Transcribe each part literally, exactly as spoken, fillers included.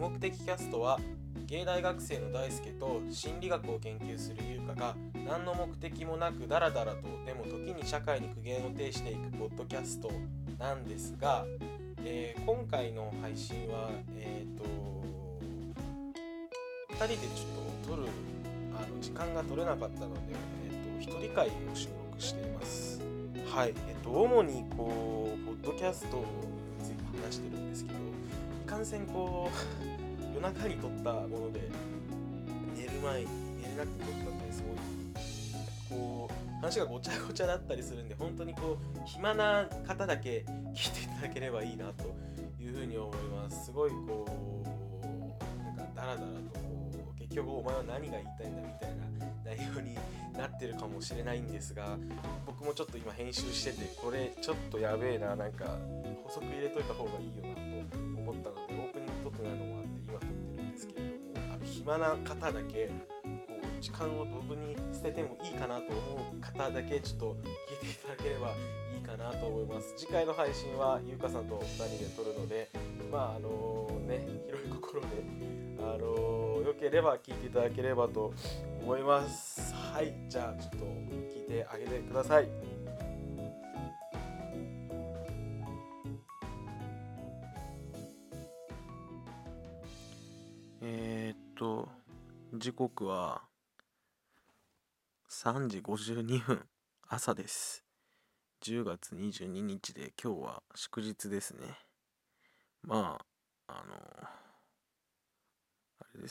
目的キャストは芸大学生の大輔と心理学を研究する優香が何の目的もなくダラダラとでも時に社会に苦言を呈していくポッドキャストなんですが、えー、今回の配信はえっ、ー、とふたりでちょっと撮るあの時間が取れなかったので、えー、と一人会を収録しています。はい、えっ、ー、と主にこうポッドキャストについて話してるんですけど、いかんせんこう夜中に撮ったもので寝る前に寝れなくて撮ったのですごいこう話がごちゃごちゃだったりするんで、本当にこう暇な方だけ聞いていただければいいなというふうに思います。すごいこうなんかダラダラとこう結局お前は何が言いたいんだみたいな内容になってるかもしれないんですが、僕もちょっと今編集しててこれちょっとやべえな、なんか補足入れといた方がいいよなと思ったのでオープニング撮ってないのもあって今撮ってるんですけれども、あの暇な方だけこう時間をどぶに捨ててもいいかなと思う方だけちょっと聞いていただければいいかなと思います。次回の配信はゆうかさんとふたりで撮るので、まああのね広い心であのよければ聞いていただければと思います。はい、じゃあちょっと聞いてあげてください。えー、っと時刻はさんじごじゅうにふん、朝です。じゅうがつにじゅうににちで今日は祝日ですね。まああのあれです。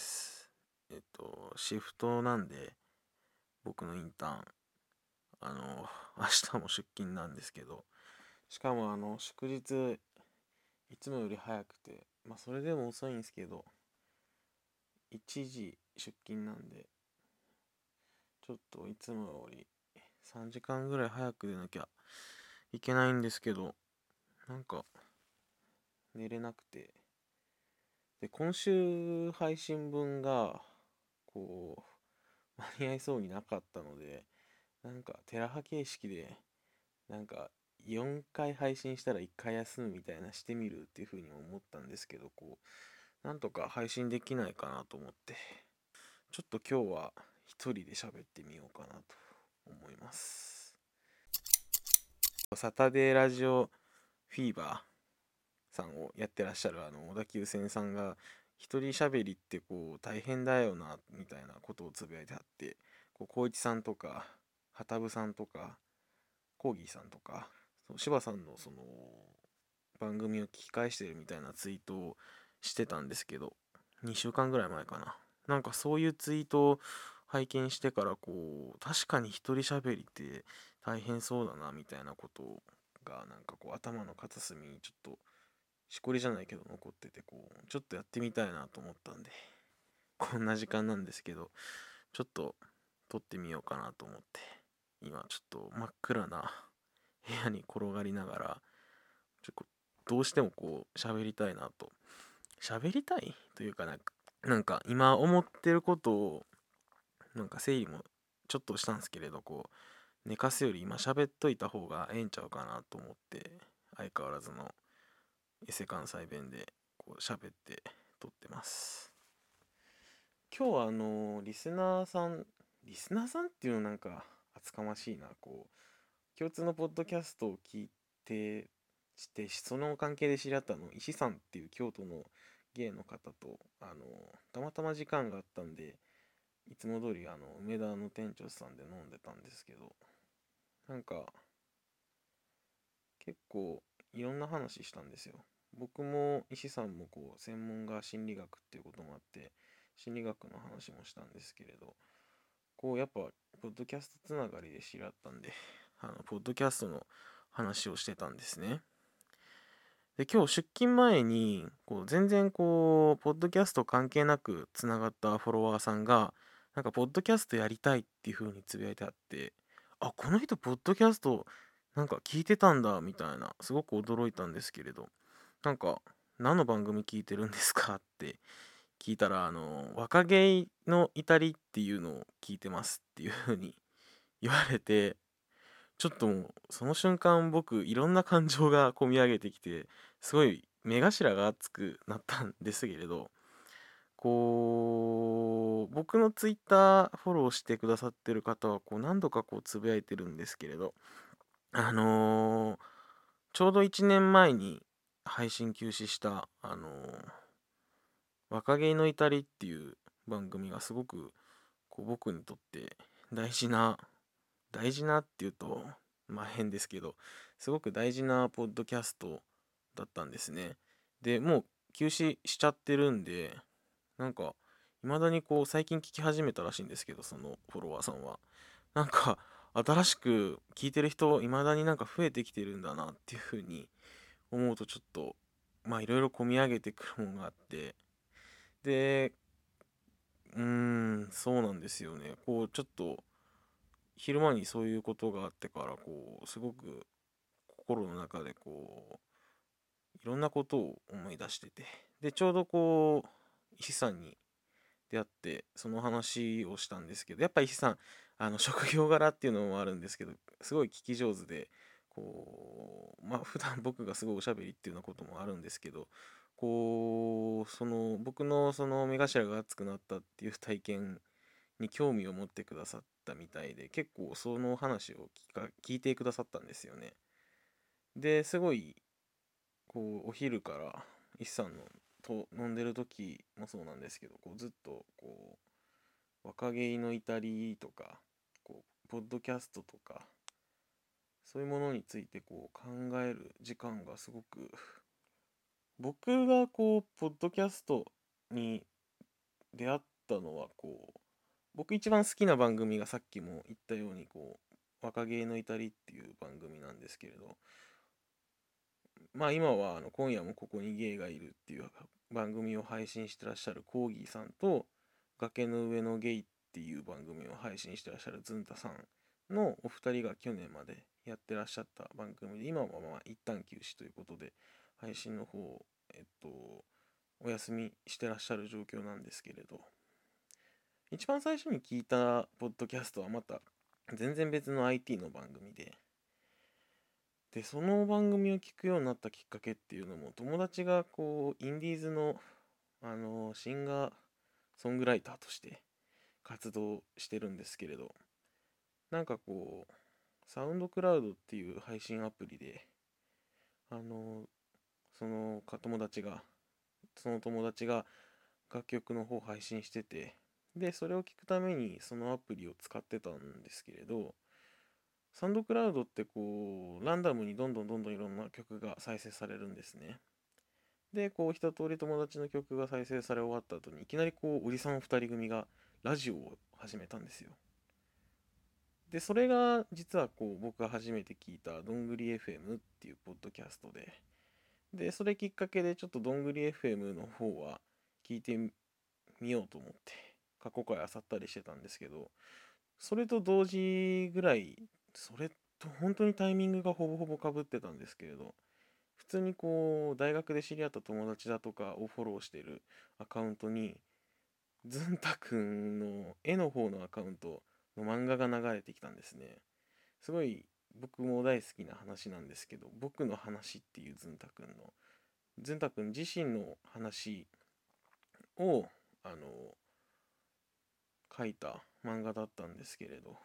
えっとシフトなんで僕のインターンあの明日も出勤なんですけど、しかもあの祝日いつもより早くて、まあそれでも遅いんですけどいちじ出勤なんで、ちょっといつもよりさんじかんぐらい早く出なきゃいけないんですけど、なんか寝れなくて、で今週配信分がこう間に合いそうになかったので、なんかテラハ形式でなんかよんかい配信したらいっかい休むみたいなしてみるっていう風に思ったんですけど、こうなんとか配信できないかなと思って、ちょっと今日は一人で喋ってみようかなと思います。サタデーラジオフィーバーさんをやってらっしゃるあの小田急線さんが、一人喋りってこう大変だよなみたいなことをつぶやいてあって、こう光一さんとかはたぶさんとかコーギーさんとかその柴さんのその番組を聞き返してるみたいなツイートをしてたんですけど、にしゅうかんぐらい前かな。なんかそういうツイートを拝見してから、こう確かに一人喋りって大変そうだなみたいなことがなんかこう頭の片隅にちょっとしこりじゃないけど残ってて、こうちょっとやってみたいなと思ったんで、こんな時間なんですけどちょっと撮ってみようかなと思って、今ちょっと真っ暗な部屋に転がりながら、ちょどうしてもこう喋りたいなと、喋りたいというかなんかなんか今思ってることをなんか整理もちょっとしたんですけれど、こう寝かすより今喋っといた方がええんちゃうかなと思って、相変わらずのエセ関西弁でこう喋って撮ってます。今日はあのリスナーさんリスナーさんっていうのなんか厚かましいな、こう共通のポッドキャストを聞いてして、その関係で知り合ったの石さんっていう京都の芸の方とあのたまたま時間があったんで、いつも通りあの梅田の店長さんで飲んでたんですけど、なんか結構いろんな話したんですよ。僕も石さんもこう専門が心理学っていうこともあって心理学の話もしたんですけれど、こうやっぱポッドキャストつながりで知り合ったんで、あのポッドキャストの話をしてたんですね。で今日出勤前にこう全然こうポッドキャスト関係なくつながったフォロワーさんがなんかポッドキャストやりたいっていう風につぶやいてあって、あ、この人ポッドキャストなんか聞いてたんだみたいな、すごく驚いたんですけれど、なんか何の番組聞いてるんですかって聞いたら、あの若気の至りっていうのを聞いてますっていう風に言われて、ちょっともうその瞬間僕いろんな感情がこみ上げてきて、すごい目頭が熱くなったんですけれど、 こう、僕のツイッターフォローしてくださってる方は、こう、何度かこう、つぶやいてるんですけれど、あのーちょうどいちねんまえに配信休止した、あのー若気の至りっていう番組がすごく、こう、僕にとって大事な、大事なっていうと、まあ変ですけど、すごく大事なポッドキャストだったんですね。で、もう休止しちゃってるんで、なんか、未だにこう、最近聞き始めたらしいんですけど、そのフォロワーさんは。なんか、新しく聞いてる人、未だになんか増えてきてるんだなっていうふうに思うと、ちょっと、まあ、いろいろ込み上げてくるものがあって、で、うーん、そうなんですよね。こう、ちょっと、昼間にそういうことがあってから、こう、すごく心の中でこう、いろんなことを思い出してて、で、ちょうどこう、石さんに出会って、その話をしたんですけど、やっぱ石さん、あの、職業柄っていうのもあるんですけど、すごい聞き上手で、こう、まあ、普段僕がすごいおしゃべりっていうようなこともあるんですけど、こう、その、僕のその目頭が熱くなったっていう体験に興味を持ってくださったみたいで、結構その話を聞か、聞いてくださったんですよね。で、すごい、こう、お昼から石さんのと飲んでる時もそうなんですけど、こうずっとこう若気の至りとか、こうポッドキャストとか、そういうものについてこう考える時間がすごく、僕がこうポッドキャストに出会ったのはこう、僕一番好きな番組がさっきも言ったようにこう若気の至りっていう番組なんですけれど、まあ今はあの今夜もここにゲイがいるっていう番組を配信してらっしゃるコーギーさんと、崖の上のゲイっていう番組を配信してらっしゃるズンタさんのお二人が去年までやってらっしゃった番組で、今はまあ一旦休止ということで配信の方をえっとお休みしてらっしゃる状況なんですけれど、一番最初に聞いたポッドキャストはまた全然別の アイティー の番組で、で、その番組を聞くようになったきっかけっていうのも、友達がこう、インディーズの、あの、シンガーソングライターとして活動してるんですけれど、なんかこう、サウンドクラウドっていう配信アプリで、あの、そのか友達が、その友達が楽曲の方を配信してて、で、それを聞くためにそのアプリを使ってたんですけれど、サウンドクラウドってこう、ランダムにどんどんどんどんいろんな曲が再生されるんですね。で、こう、一通り友達の曲が再生され終わった後に、いきなりこう、おじさん二人組がラジオを始めたんですよ。で、それが実はこう、僕が初めて聞いたどんぐり エフエム っていうポッドキャストで、で、それきっかけでちょっとどんぐり エフエム の方は聞いてみようと思って、過去回漁ったりしてたんですけど、それと同時ぐらい、それと本当にタイミングがほぼほぼ被ってたんですけれど、普通にこう、大学で知り合った友達だとかをフォローしてるアカウントに、ずんたくんの絵の方のアカウントの漫画が流れてきたんですね。すごい僕も大好きな話なんですけど、僕の話っていうずんたくんの、ずんたくん自身の話を、あの、書いた漫画だったんですけれど、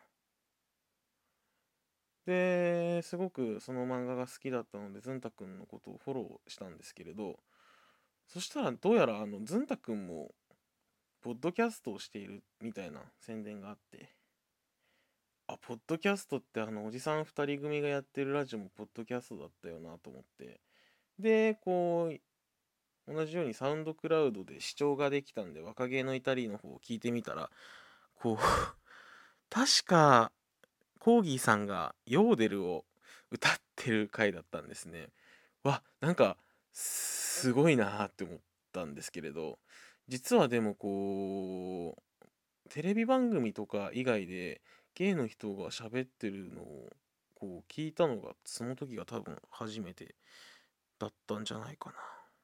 で、すごくその漫画が好きだったので、ずんたくんのことをフォローしたんですけれど、そしたらどうやらあの、ずんたくんもポッドキャストをしているみたいな宣伝があって、あ、ポッドキャストってあのおじさん二人組がやってるラジオもポッドキャストだったよなと思って、で、こう、同じようにサウンドクラウドで視聴ができたんで、若気の至りの方を聞いてみたら、こう、確か、コーギーさんがヨーデルを歌ってる回だったんですね。わ、なんか、すごいなーって思ったんですけれど、実はでもこう、テレビ番組とか以外でゲイの人が喋ってるのをこう聞いたのがその時が多分初めてだったんじゃないかな。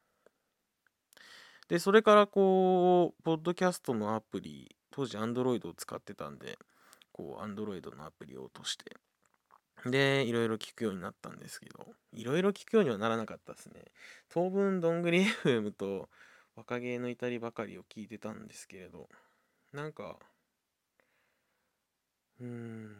で、それからこう、ポッドキャストのアプリ、当時 Android を使ってたんで、こう、Android のアプリを落として、で、いろいろ聞くようになったんですけど、いろいろ聞くようにはならなかったですね。当分どんぐり エフエム と若気の至りばかりを聞いてたんですけれど、なんか、うーん、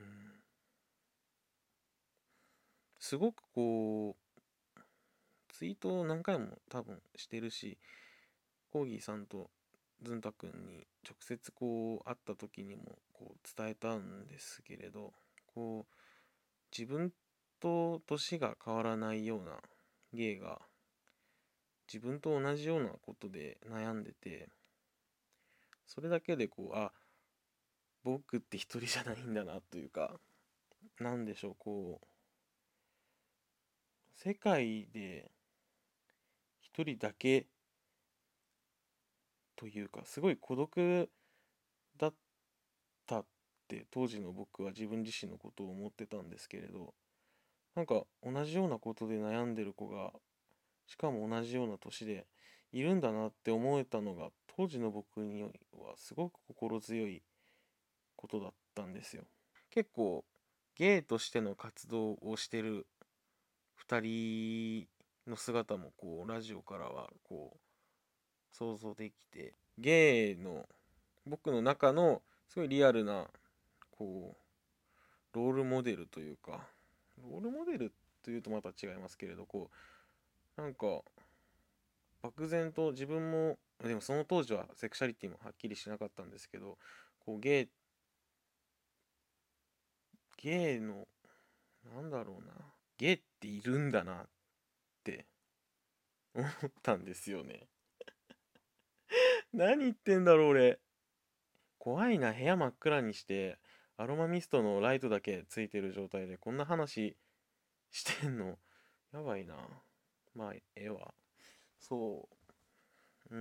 すごくこう、ツイートを何回も多分してるし、コーギーさんとズンタ君に直接こう会った時にもこう伝えたんですけれど、こう自分と年が変わらないようなゲイが自分と同じようなことで悩んでて、それだけでこう、あ、僕って一人じゃないんだなというか、なんでしょう、こう、世界で一人だけというか、すごい孤独だったって当時の僕は自分自身のことを思ってたんですけれど、なんか同じようなことで悩んでる子が、しかも同じような年でいるんだなって思えたのが、当時の僕にはすごく心強いことだったんですよ。結構ゲイとしての活動をしてるふたりの姿もこうラジオからはこう想像できて、ゲイの僕の中のすごいリアルなこうロールモデルというか、ロールモデルというとまた違いますけれど、こうなんか漠然と自分も、でもその当時はセクシャリティもはっきりしなかったんですけど、こうゲイゲイのなんだろうな、ゲイっているんだなって思ったんですよね。何言ってんだろう俺。怖いな、部屋真っ暗にしてアロマミストのライトだけついてる状態でこんな話してんのやばいな。まあええわ。そう、うん、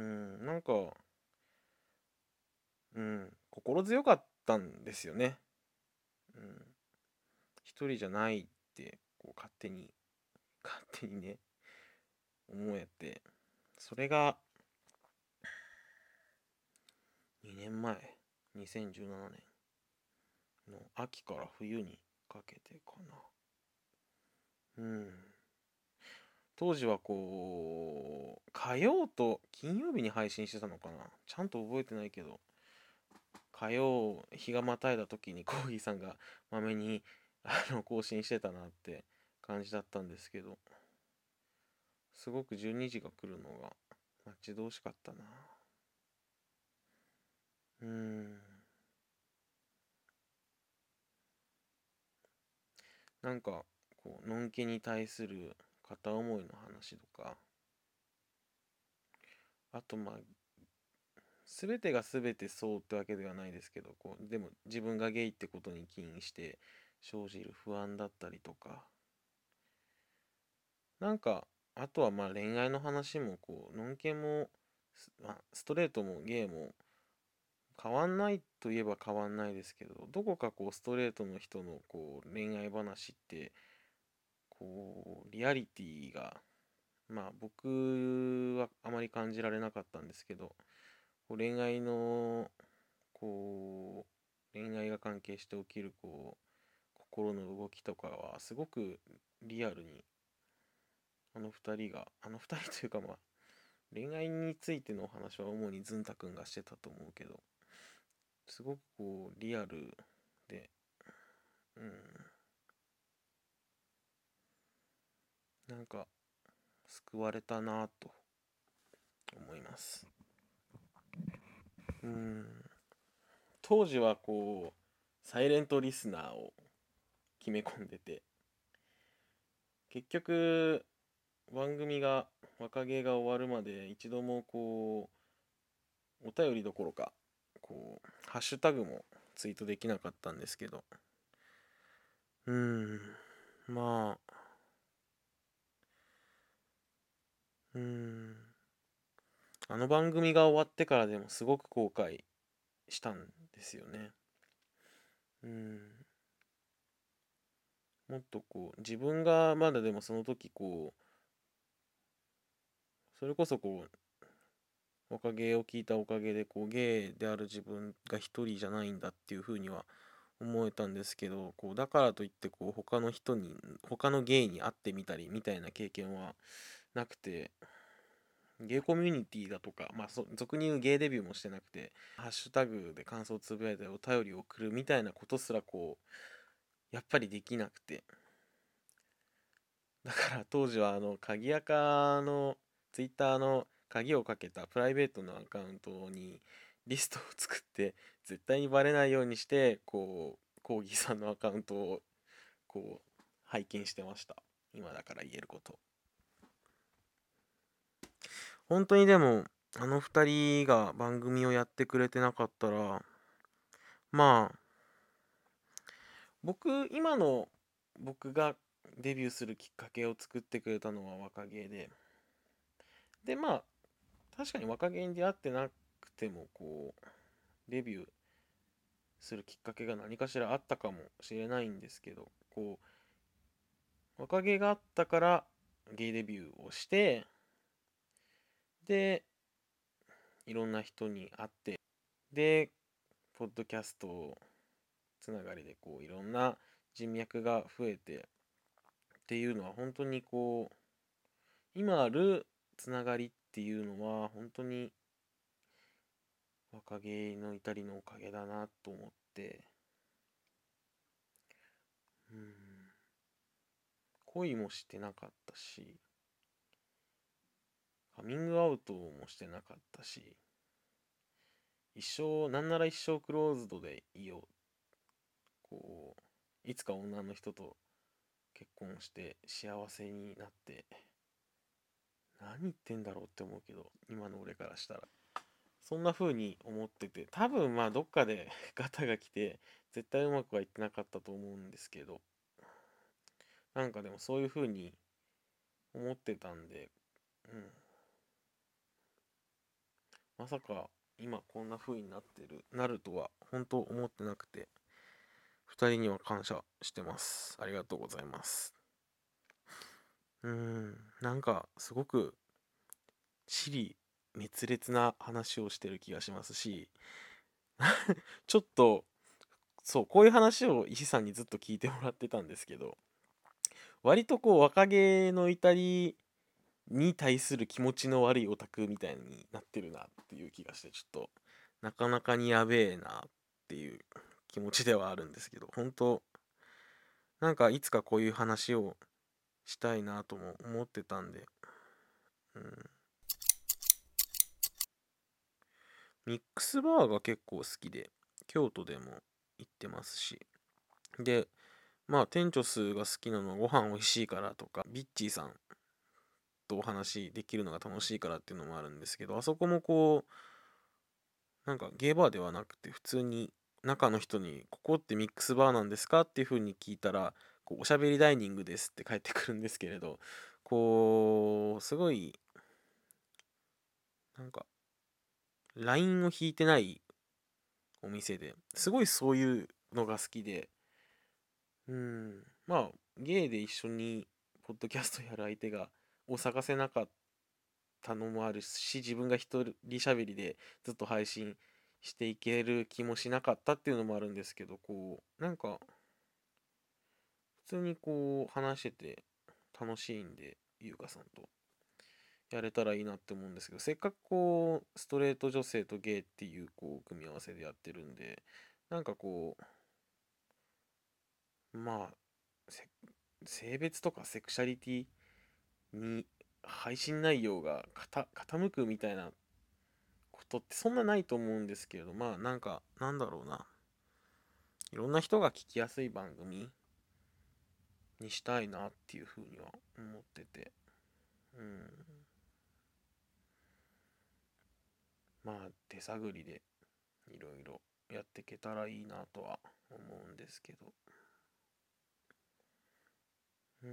なんか、うん、心強かったんですよね。うん、一人じゃないってこう勝手に勝手にね思えて、それがにねんまえ、にせんじゅうななねんの秋から冬にかけてかな。うん。当時はこう、火曜と金曜日に配信してたのかな。ちゃんと覚えてないけど、火曜、日がまたいだ時にコーギーさんがまめにあの更新してたなって感じだったんですけど、すごくじゅうにじが来るのが待ち遠しかったな。うーん。なんか、こう、のんけに対する片思いの話とか、あとまあ、全てが全てそうってわけではないですけど、こうでも自分がゲイってことに起因して生じる不安だったりとか、なんかあとはまあ恋愛の話もこうのんけもス,、まあ、ストレートもゲイも変わんないといえば変わんないですけど、どこかこうストレートの人のこう恋愛話ってこうリアリティが、まあ僕はあまり感じられなかったんですけど、こう恋愛のこう恋愛が関係して起きるこう心の動きとかはすごくリアルに、あの二人があの二人というか、まあ恋愛についてのお話は主にズンタ君がしてたと思うけど、すごくこうリアルで、うんなんか救われたなと思います。うん当時はこうサイレントリスナーを決め込んでて、結局番組が若気が終わるまで一度もこうお便りどころかこうハッシュタグもツイートできなかったんですけど、うーんまあうーんあの番組が終わってからでもすごく後悔したんですよね。うーんもっとこう自分がまだでもその時こうそれこそこう若気を聞いたおかげでこうゲイである自分が一人じゃないんだっていうふうには思えたんですけど、こうだからといってこう他の人に他のゲイに会ってみたりみたいな経験はなくて、 ゲイコミュニティだとか、まあ、そ俗に言うゲイデビューもしてなくて、ハッシュタグで感想をつぶやいたりお便りを送るみたいなことすらこうやっぱりできなくて、だから当時はあの鍵垢のツイッターの鍵をかけたプライベートのアカウントにリストを作って絶対にバレないようにしてこうコーギーさんのアカウントをこう拝見してました。今だから言えること。本当にでもあの二人が番組をやってくれてなかったら、まあ僕今の僕がデビューするきっかけを作ってくれたのは若芸で、でまあ確かに若芸に出会ってなくてもこうデビューするきっかけが何かしらあったかもしれないんですけど、こう若気があったからゲイデビューをして、でいろんな人に会って、でポッドキャストつながりでこういろんな人脈が増えてっていうのは本当にこう今あるつながりっていうのは本当に若気の至りのおかげだなと思って、うん、恋もしてなかったし、カミングアウトもしてなかったし、一生、なんなら一生クローズドでいよう。こう、いつか女の人と結婚して幸せになって、何言ってんだろうって思うけど、今の俺からしたら。そんな風に思ってて、多分まあどっかでガタが来て、絶対うまくはいってなかったと思うんですけど、なんかでもそういう風に思ってたんで、うん、まさか今こんな風になってる、なるとは本当思ってなくて、二人には感謝してます。ありがとうございます。うーん、なんかすごく支離滅裂な話をしてる気がしますし、ちょっと、そう、こういう話を石さんにずっと聞いてもらってたんですけど、割とこう若気の至りに対する気持ちの悪いオタクみたいになってるなっていう気がして、ちょっとなかなかにやべえなっていう気持ちではあるんですけど、本当なんかいつかこういう話をしたいなとも思ってたんで、うん、ミックスバーが結構好きで、京都でも行ってますし、で、まあ店長数が好きなのはご飯美味しいからとか、ビッチーさんとお話できるのが楽しいからっていうのもあるんですけど、あそこもこう、なんかゲーバーではなくて普通に中の人にここってミックスバーなんですかっていう風に聞いたら、こうおしゃべりダイニングですって返ってくるんですけれど、こう、すごい、なんか、ラインを引いてないお店ですごいそういうのが好きで、うん、まあ、ゲイで一緒にポッドキャストやる相手が、を探せなかったのもあるし、自分が一人喋りでずっと配信していける気もしなかったっていうのもあるんですけど、こう、なんか、普通にこう、話してて楽しいんで、ゆうかさんとやれたらいいなって思うんですけど、せっかくこう、ストレート女性とゲイっていうこう、組み合わせでやってるんで、なんかこう、まあ、せ性別とかセクシャリティに配信内容が傾くみたいなことってそんなないと思うんですけれど、まあなんか、なんだろうな。いろんな人が聞きやすい番組にしたいなっていうふうには思ってて。うん。まあ手探りでいろいろやっていけたらいいなとは思うんですけど。うん。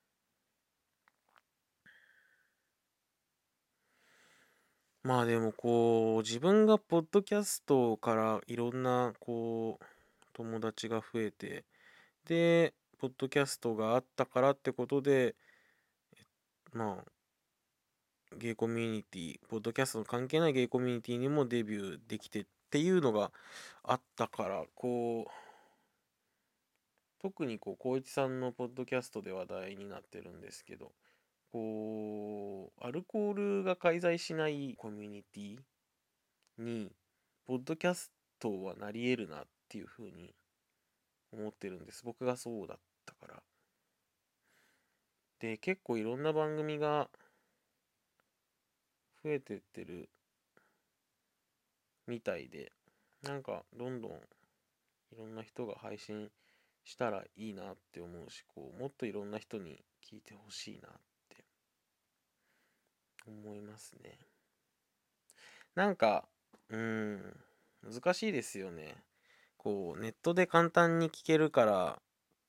まあでもこう、自分がポッドキャストからいろんなこう、友達が増えて、で、ポッドキャストがあったからってことで、まあ、ゲイコミュニティ、ポッドキャストの関係ないゲイコミュニティにもデビューできてっていうのがあったから、こう、特にこう、光一さんのポッドキャストで話題になってるんですけど、 こうアルコールが介在しないコミュニティにポッドキャストはなり得るなっていうふうに思ってるんです。僕がそうだったから。で、結構いろんな番組が増えてってるみたいで、なんかどんどんいろんな人が配信したらいいなって思うし、こうもっといろんな人に聞いてほしいなって思いますね。なんか、うーん、難しいですよね。こう、ネットで簡単に聞けるから、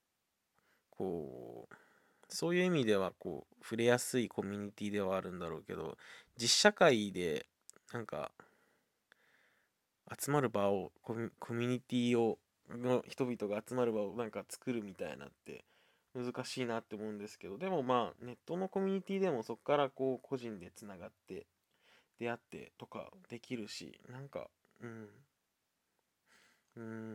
こう、そういう意味では、こう、触れやすいコミュニティではあるんだろうけど、実社会で、なんか、集まる場を、コミコミュニティを、の人々が集まる場をなんか作るみたいなって難しいなって思うんですけど、でもまあ、ネットのコミュニティでもそこからこう、個人でつながって、出会ってとかできるし、なんか、うん、うん、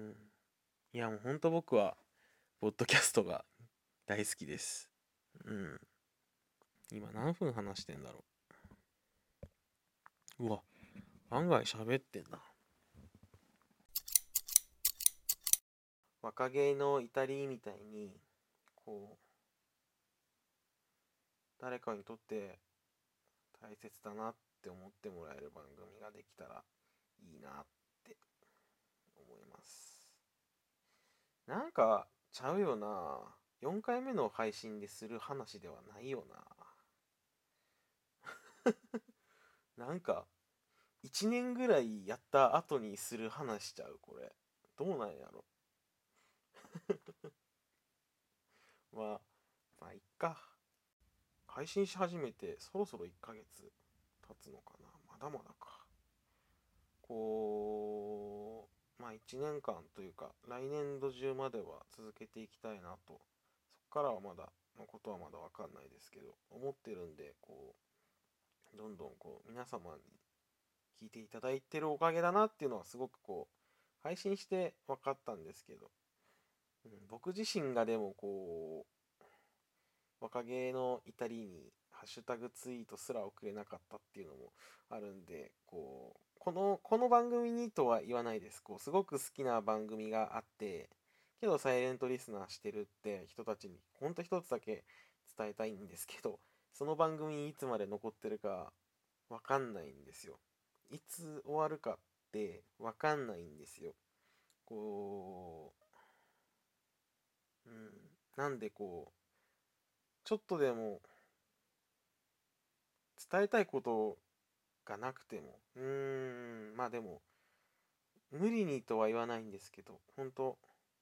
いやもうほんと僕は、ポッドキャストが大好きです。うん。今何分話してんだろう。うわ、案外喋ってんな。若気の至りみたいに、こう、誰かにとって大切だなって思ってもらえる番組ができたらいいなって思います。なんか、ちゃうよな。よんかいめの配信でする話ではないよな。なんか、いちねんぐらいやった後にする話しちゃう、これ。どうなんやろ。まあ、まあ、いっか。配信し始めてそろそろいっかげつ経つのかな。まだまだか。こう、まあいちねんかんというか、来年度中までは続けていきたいなと。そこからはまだ、のことはまだわかんないですけど、思ってるんで、こう、どんどんこう、皆様に聞いていただいてるおかげだなっていうのはすごくこう、配信して分かったんですけど、うん、僕自身がでもこう、若気の至りにハッシュタグツイートすら送れなかったっていうのもあるんで、こう、この、この番組にとは言わないです。こう、すごく好きな番組があって、けどサイレントリスナーしてるって人たちに、ほんと一つだけ伝えたいんですけど、その番組いつまで残ってるかわかんないんですよ。いつ終わるかってわかんないんですよ。こう、うん。なんでこう、ちょっとでも伝えたいことがなくても、うーん、まあでも、無理にとは言わないんですけど、本当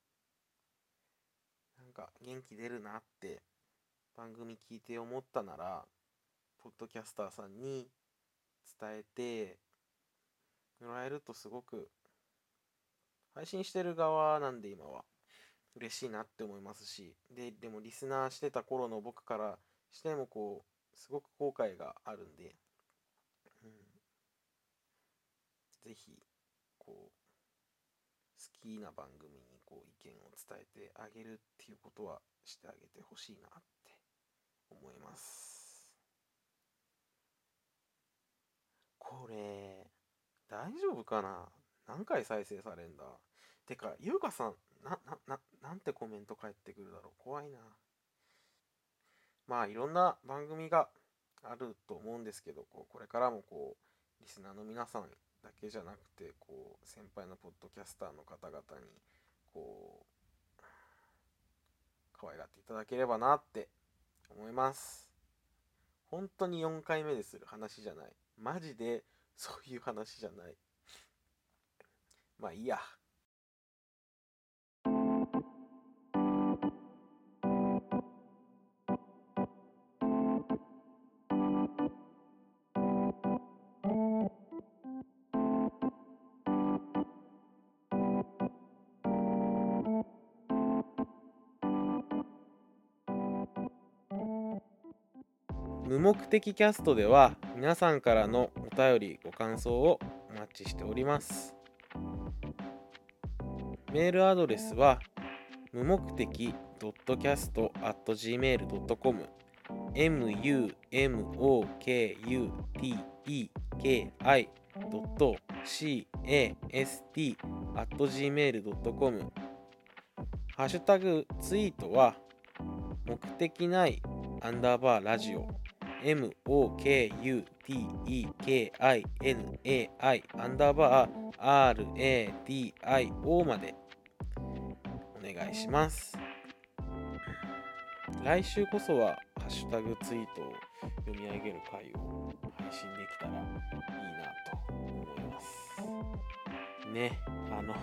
なんか元気出るなって番組聞いて思ったなら、ポッドキャスターさんに伝えてもらえるとすごく、配信してる側なんで今は嬉しいなって思いますし、で、でもリスナーしてた頃の僕からしてもこう、すごく後悔があるんで、うん、ぜひ、こう、好きな番組にこう意見を伝えてあげるっていうことはしてあげてほしいなって思います。これ、大丈夫かな。何回再生されんだ。てか、ゆうかさん、な、な、な、なんてコメント返ってくるだろう。怖いな。まあ、いろんな番組があると思うんですけど、こうこれからもこう、リスナーの皆さんだけじゃなくて、こう、先輩のポッドキャスターの方々に、こう、可愛がっていただければなって思います。本当によんかいめでする話じゃない。マジでそういう話じゃない。まあいいや。無目的キャストでは皆さんからのお便りご感想をお待ちしております。メールアドレスは無目的 .cast.gmail.com エムユーエムオーケーユーティーイーケーアイドットシーエーエスティーアットジーメールドットコム。ハッシュタグツイートは目的ないアンダーバーラジオ エムオーケーユーティーイーケーアイエヌエーアイ アンダーバー アールエーディーアイオー までお願いします。来週こそはハッシュタグツイートを読み上げる回を配信できたらいいなと思いますね。あの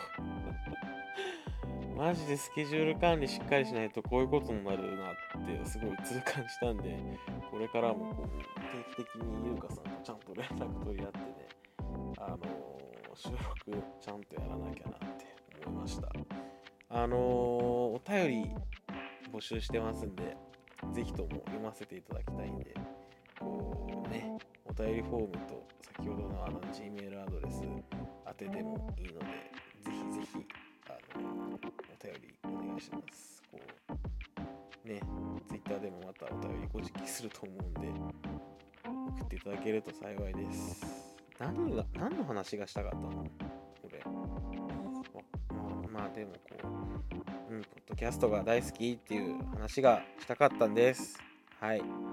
マジでスケジュール管理しっかりしないとこういうことになるなってすごい痛感したんで、これからもこう定期的にゆうかさんとちゃんと連絡取り合ってね、あの収録ちゃんとやらなきゃなって思いました。あのお便り募集してますんで、ぜひとも読ませていただきたいんで、こうね、お便りフォームと先ほどのあの Gmail アドレス宛てでもいいので、ぜひぜひあのお便りお願いします。こうね、Twitter でもまたお便りご実記すると思うんで、送っていただけると幸いです。何が何の話がしたかったの？これ。まあ、まあでもこう、うん、ポッドキャストが大好きっていう話がしたかったんです。はい。